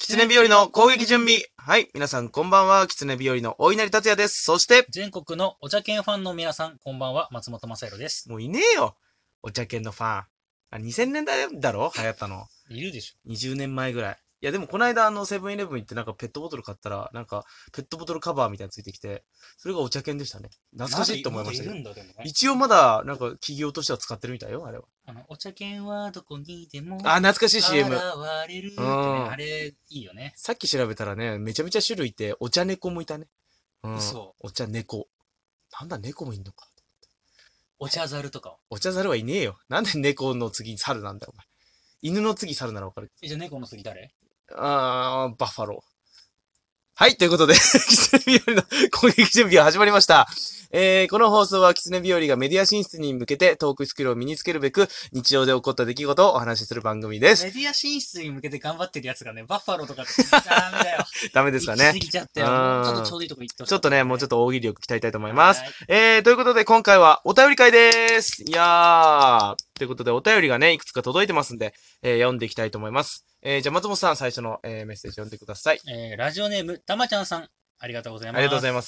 狐日和の攻撃準備。はい。皆さんこんばんは。狐日和のお稲荷達也です。そして、 全国のお茶犬ファンの皆さん、こんばんは。松本正宏です。 もういねえよ。お茶犬のファン。2000年代だろ流行ったの。 いるでしょ。 20年前ぐらい。いやでもこの間セブンイレブン行ってなんかペットボトル買ったら、なんかペットボトルカバーみたいなのついてきて、それがお茶犬でしたね。懐かしいと思いましたけど。 まだいるんだ、でもね。 一応まだ、なんか企業としては使ってるみたいよ、あれは。 お茶犬はどこにでも。 懐かしい CM。 現れるってね、あれ、いいよね。 さっき調べたらね、めちゃめちゃ種類いて、お茶猫もいたね。 嘘。 お茶猫。なんだ、猫もいんのか。 お茶猿とかは。 お茶猿はいねえよ。なんで猫の次猿なんだよ、お前。犬の次猿ならわかる。 じゃあ猫の次誰？ バッファロー。はい、ということで、狐日和の攻撃準備が始まりました。この放送は狐日和がメディア進出に向けてトークスキルを身につけるべく、日常で起こった出来事をお話しする番組です。 メディア進出に向けて頑張ってるやつがね、バッファローとかダメだよ。 ダメですかね。 行き過ぎちゃったよ。もうちょっとちょうどいいとこ行ってほしい。 ちょっとね、もうちょっと大喜利力鍛えたいと思います。ということで今回はお便り会です。いやー、ということでお便りがね、いくつか届いてますんで、読んでいきたいと思います。じゃあ松本さん最初の、メッセージ読んでください。 ラジオネーム、たまちゃんさん。ありがとうございます。 ありがとうございます。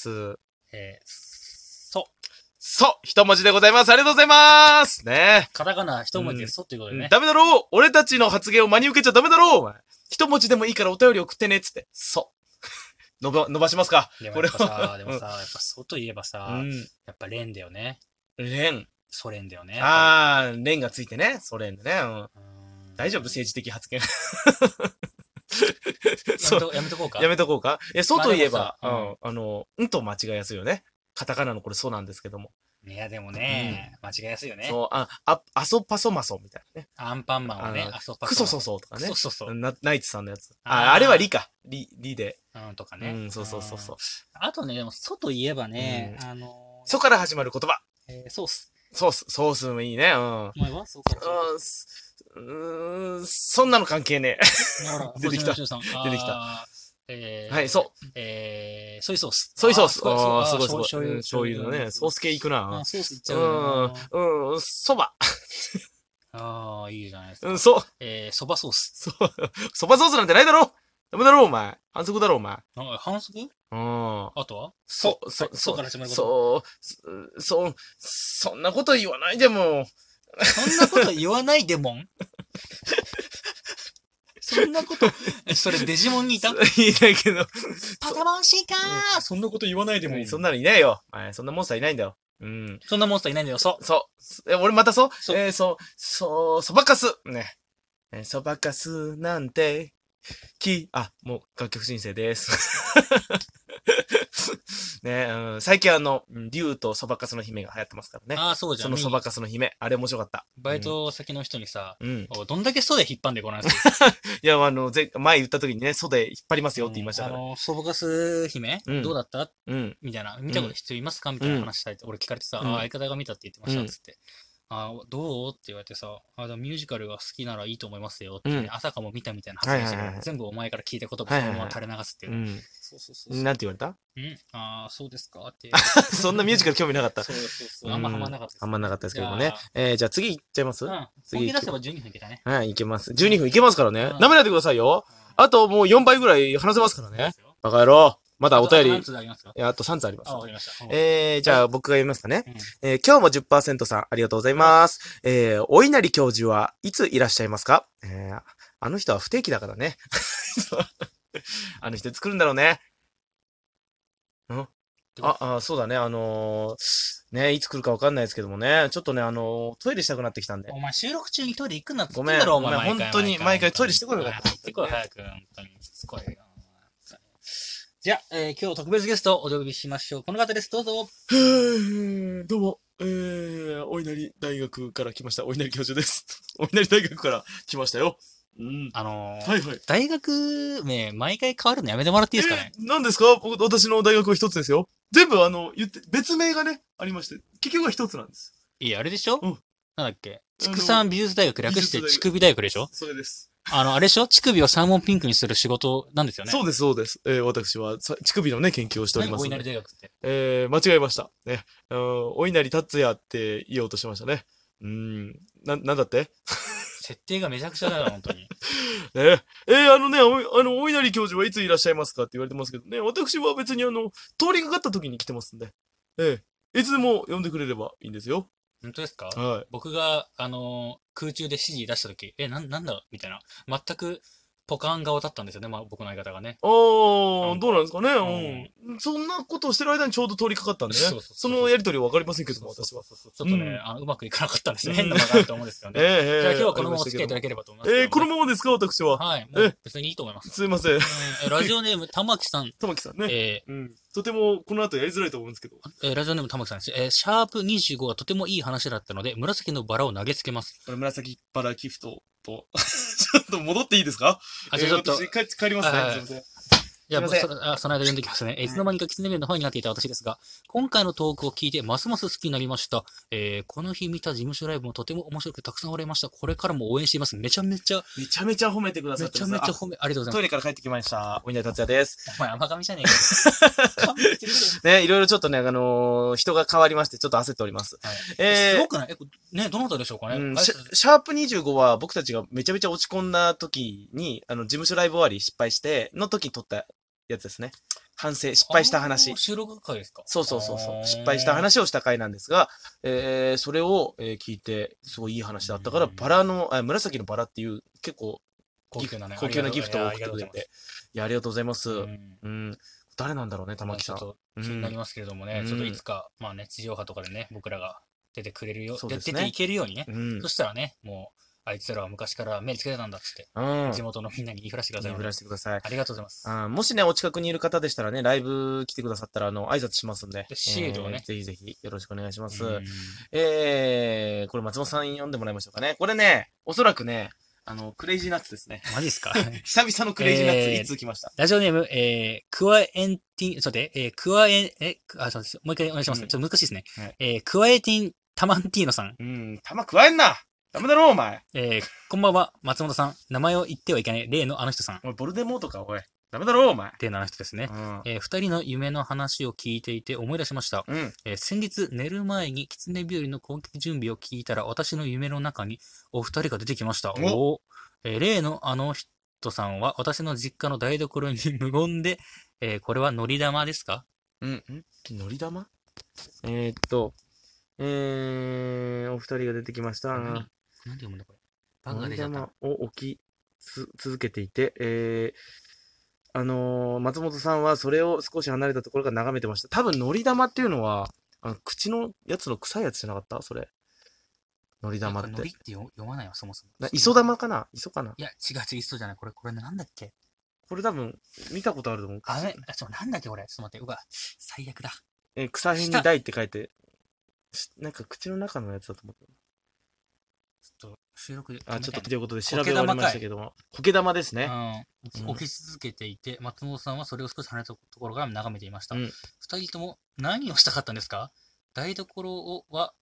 一文字でございます。ありがとうございます。ね。 カタカナ一文字でっていうことでね。 ダメだろう。俺たちの発言を真に受けちゃダメだろう。お前一文字でもいいからお便り送ってね、つって。伸ばしますか。 これは。でもさ、やっぱといえばさ、やっぱレンだよね。 レン。 ソ連だよね。 レンがついてね。ソ連でね。大丈夫政治的発言。 やめとこうか。 やめとこうか。そうといえば、と間違いやすいよね。カタカナのこれそうなんですけども。 いや、でもね、間違いやすいよね。 アソパソマソみたいなね。 アンパンマンはね、 クソソソとかね。 そう。 ナイツさんのやつ。あれはリか。リで。 とかね。 そう。 あとね、でも、といえばね、 ソから始まる言葉。 ソース。 ソースもいいね。 お前はソからそんなの関係ねえ。出てきた。はい、ソイソース。 ソイソース。すごい。 醤油のね。ソース系いくな。 ソースいっちゃう。 そば。 いいじゃないですか。そばソース。 そばソースなんてないだろダメだろお前。反則だろお前。 反則？あとはそうから始まるそんなこと言わないでも。 そんなこと言わないでもんそんなこと、それデジモンにいた？いないけど。 パタモンシーカー、そんなこと言わないでもん。 そんなのいないよ。そんなモンスターいないんだよ。 そんなモンスターいないんだよ、 俺またそばかす。ね。そばかすなんて、もう楽曲申請です。ね、最近竜とそばかすの姫が流行ってますからね。 そうじゃん。 そのそばかすの姫、あれ面白かった。 バイト先の人にさ、どんだけ袖引っ張んでこないですいや、前言った時にね、袖引っ張りますよって言いましたから。 そばかす姫どうだったみたいな。見たこと必要いますかみたいな話したいって、俺聞かれてさ、相方が見たって言ってましたっつって。どうって言われてさ、ミュージカルが好きならいいと思いますよってね、朝かも見たみたいな発言してる。全部お前から聞いた言葉そのまま垂れ流すっていう。そうなんて言われた？ そうですかって。 そんなミュージカル興味なかった。 そう。あんまハマんなかったです。 あんまなかったですけどもね。じゃあ次行っちゃいます？ 次出せば12分いけたね。 はい、いけます。12分いけますからね。舐めないでくださいよ。あともう4倍ぐらい話せますからね。バカ野郎。まだお便り。あと3つあります。 わかりました。 じゃあ僕が読みますかね。今日も 10% さん、ありがとうございます。お稲荷教授はいついらっしゃいますか？あの人は不定期だからね。あの人作るんだろうね。そうだね。いつ来るかわかんないですけどもね。ちょっとね、トイレしたくなってきたんで。 お前収録中にトイレ行くなって言ってんだろ、お前。本当に毎回トイレしてこいよ。 行ってこい、早く。本当に。しつこいよ。じゃあ、今日特別ゲストをお呼びしましょう。この方です。どうぞ。 どうも。お稲荷大学から来ました。お稲荷教授です。お稲荷大学から来ましたよ。 大学名、毎回変わるのやめてもらっていいですかね？ 何ですか？私の大学は一つですよ。全部別名がね、ありまして、結局は一つなんです。 あれでしょ？なんだっけ？畜産美術大学略して乳首大学でしょ？ それです。 あれでしょ？乳首をサーモンピンクにする仕事なんですよね。 そうです。私は乳首のね、研究をしております。 お稲荷大学って。 間違えました。ね。お稲荷達也って言おうとしてましたね。なんだって設定がめちゃくちゃだよ、本当に。 お稲荷教授はいついらっしゃいますかって言われてますけどね、私は別に通りかかった時に来てますんで、いつでも呼んでくれればいいんですよ。 本当ですか？ はい。 僕が、空中で指示出した時、なんだみたいな。全く、ポカン顔だったんですよね、僕の相方がね。 どうなんですかね。そんなことをしてる間にちょうど通りかかったんでね。そのやりとりはわかりませんけども、私は。 ちょっとね、うまくいかなかったんですよ。変な間があると思うんですけどね。じゃあ今日はこのままお付き合いいただければと思います。 このままですか、私は。 はい。もう別にいいと思います。 すいません。 ラジオネーム、玉木さん。 玉木さんね。とてもこの後やりづらいと思うんですけど。 ラジオネーム玉木さんです。シャープ25はとてもいい話だったので、紫のバラを投げつけます。 これ紫バラギフトと、ちょっと戻っていいですか？ じゃあちょっと。 帰りますね。すいません。 いや、その間読んできますね。いつの間にかキツネビルのファンになっていた私ですが、今回のトークを聞いてますます好きになりました。この日見た事務所ライブもとても面白くたくさん笑いました。これからも応援しています。めちゃめちゃ褒めてくださってます。 めちゃめちゃありがとうございます。 トイレから帰ってきました。お稲荷達也です。 お前甘噛みじゃねえか。 ね、いろいろちょっとね、人が変わりまして、ちょっと焦っております。 すごくないね、どなたでしょうかね。 シャープ25は僕たちがめちゃめちゃ落ち込んだ時に、事務所ライブ終わり失敗しての時に撮ったやつですね。反省、失敗した話。 収録会ですか？ そう。失敗した話をした回なんですが、それを、聞いて、すごいいい話だったから、紫のバラっていう結構高級なギフトを送ってくれて。いや、ありがとうございます。誰なんだろうね、玉木さん。 ちょっと気になりますけれどもね、ちょっといつか、まあね、地上波とかでね、僕らが出てくれるよ、出ていけるようにね。そしたらね、もう、あいつらは昔から目つけてたんだっつって、地元のみんなに言いふらしてください。 言いふらしてください。 ありがとうございます。 もしね、お近くにいる方でしたらね、ライブ来てくださったら、挨拶しますんで。 シールをね。 ぜひぜひよろしくお願いします。これ松本さん読んでもらいましょうかね。これね、おそらくね、クレイジーナッツですね。 マジっすか？ 久々のクレイジーナッツ、いつ来ました？ ラジオネーム、クワエンティン、そうで、そうです。もう一回お願いします。ちょっと難しいですね。クワエティンタマンティーノさん。 玉加えんな！ダメだろ、お前。 こんばんは、松本さん。名前を言ってはいけない例のあの人さん。 おい、ボルデモートか、おい。ダメだろ、お前。 例のあの人ですね。二人の夢の話を聞いていて思い出しました。先日、寝る前に狐日和の攻撃準備を聞いたら、私の夢の中にお二人が出てきました。例のあの人さんは、私の実家の台所に無言で、これはのり玉ですか？ のり玉？お二人が出てきました。 なんて読むんだこれ。バグが出ちゃった。 を置き続けていて、松本さんはそれを少し離れたところから眺めてました。多分、のり玉っていうのは、口のやつの臭いやつじゃなかったそれ。のり玉って。 のりって読まないわ、そもそも。 磯玉かな磯かな？ いや、違う、磯じゃない。これなんだっけ？ これ多分、見たことあると思う。 なんだっけこれ。ちょっと待って。うわ、最悪だ。 草辺に台って書いて、なんか口の中のやつだと思った。 ちょっと収録で。 ちょっとということで調べ終わりましたけども。苔玉ですね。 置き続けていて、松本さんはそれを少し離れたところから眺めていました。二人とも何をしたかったんですか？台所は、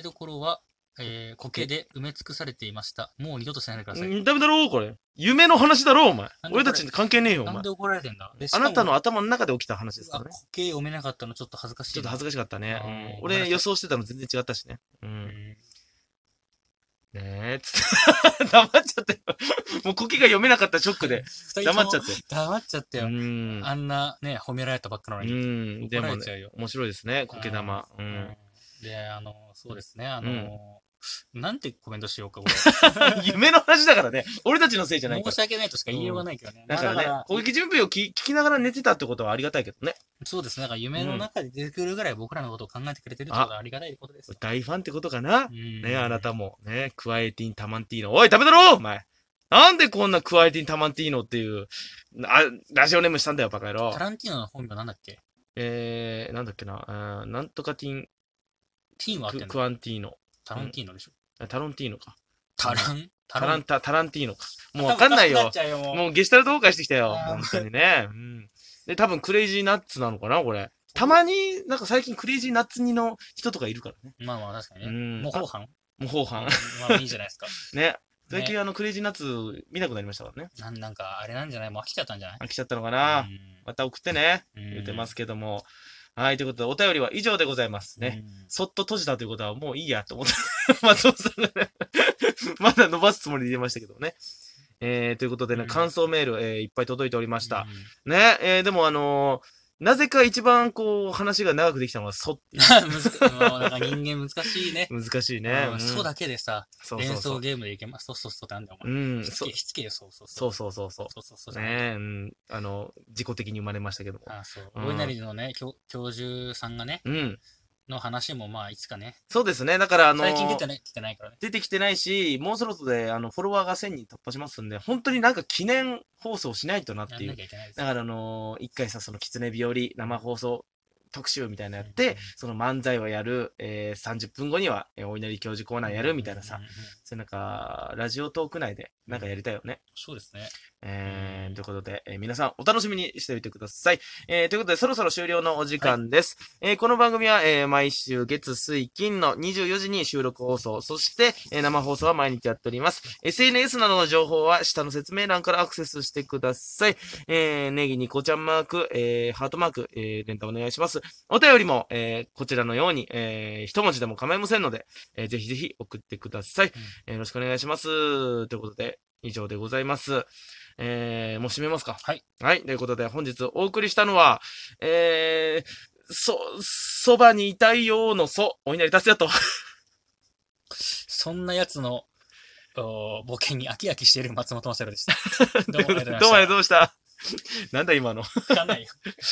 苔で埋め尽くされていました。もう二度としないでください。 ダメだろこれ。夢の話だろお前。俺たちに関係ねえよ、お前。 なんで怒られてんだ？ あなたの頭の中で起きた話ですからね。 苔読めなかったのちょっと恥ずかしい。 ちょっと恥ずかしかったね。俺予想してたの全然違ったしね。ねえ、つって。黙っちゃったよ。もう苔が読めなかったショックで。黙っちゃって。 黙っちゃったよ。あんなね、褒められたばっかなのに。 でもね、面白いですね、苔玉。 で、そうですね、なんてコメントしようか、これ。夢の話だからね。俺たちのせいじゃないから。 申し訳ないとしか言いようがないけどね。 だからね、攻撃準備を聞きながら寝てたってことはありがたいけどね。 そうですね。だから夢の中で出てくるぐらい僕らのことを考えてくれてるってことはありがたいことです。 大ファンってことかな。ね、あなたも。ね、クワエティン・タマンティーノ。おい、ダメだろお前。なんでこんなクワエティン・タマンティーノっていう、ラジオネームしたんだよ、バカ野郎。 タランティーノの本名なんだっけ？ なんだっけな。なんとかティン。 ティーンはあってんの？ クワンティーノ。 タランティーノでしょ。 タロンティーノか。 タランティーノか。もうわかんないよ。もうゲシュタルト崩壊してきたよ。本当にね。で、多分クレイジーナッツなのかなこれ。たまに、なんか最近クレイジーナッツにの人とかいるからね。 まあ確かにね。模倣犯。まあいいじゃないですか。 ね。最近クレイジーナッツ見なくなりましたからね。 なんかあれなんじゃない？もう飽きちゃったんじゃない？ 飽きちゃったのかなまた送ってね。言ってますけども。 はい、ということで、お便りは以上でございますね。 うんそっと閉じたということはもういいやと思った。松本さんがね、まだ伸ばすつもりで言いましたけどね。ということでね、 うん感想メール、いっぱい届いておりました。 うんね、でもなぜか一番こう、話が長くできたのは、そっていう。 もうなんか人間難しいね。 難しいね。 そうだけでさ、連そうそうそう。 想ゲームでいけます。そうそうそうってなんだよ、おう前。 ん、 しつけよ、そうそうそうそうそうそう。 そうそうそう。 ね自己的に生まれましたけども。 そう。 うんお稲荷のね、教授さんがね、 うん。 の話もまあ、いつかね。 そうですね。だから最近来てないからね。 出てきてないし、もうそろそろで、フォロワーが1000人突破しますんで、本当になんか記念放送しないとなっていうやんなき。ゃいけないですだから一回さ、その狐日和生放送特集みたいなのやって、その漫才をやる、30分後には、お稲荷教授コーナーやるみたいなさ、そういうなんか、ラジオトーク内でなんかやりたいよね。 そうですね。 ということで、皆さんお楽しみにしておいてください。ということで、そろそろ終了のお時間です。この番組は、毎週月、水、金の24時に収録放送、そして、生放送は毎日やっております。SNS などの情報は下の説明欄からアクセスしてください。ネギニコちゃんマーク、ハートマーク、連打お願いします。お便りも、こちらのように、一文字でも構いませんので、ぜひぜひ送ってください。よろしくお願いします。ということで、以上でございます。もう締めますか。 はい。 はい。ということで、本日お送りしたのは、そばにいたいよのお稲荷達也と。 そんなやつの、ボケに飽き飽きしている松本まさるでした。どうもありがとうございました。 どうもありがとうございました。なんだ今の。 わかんないよ。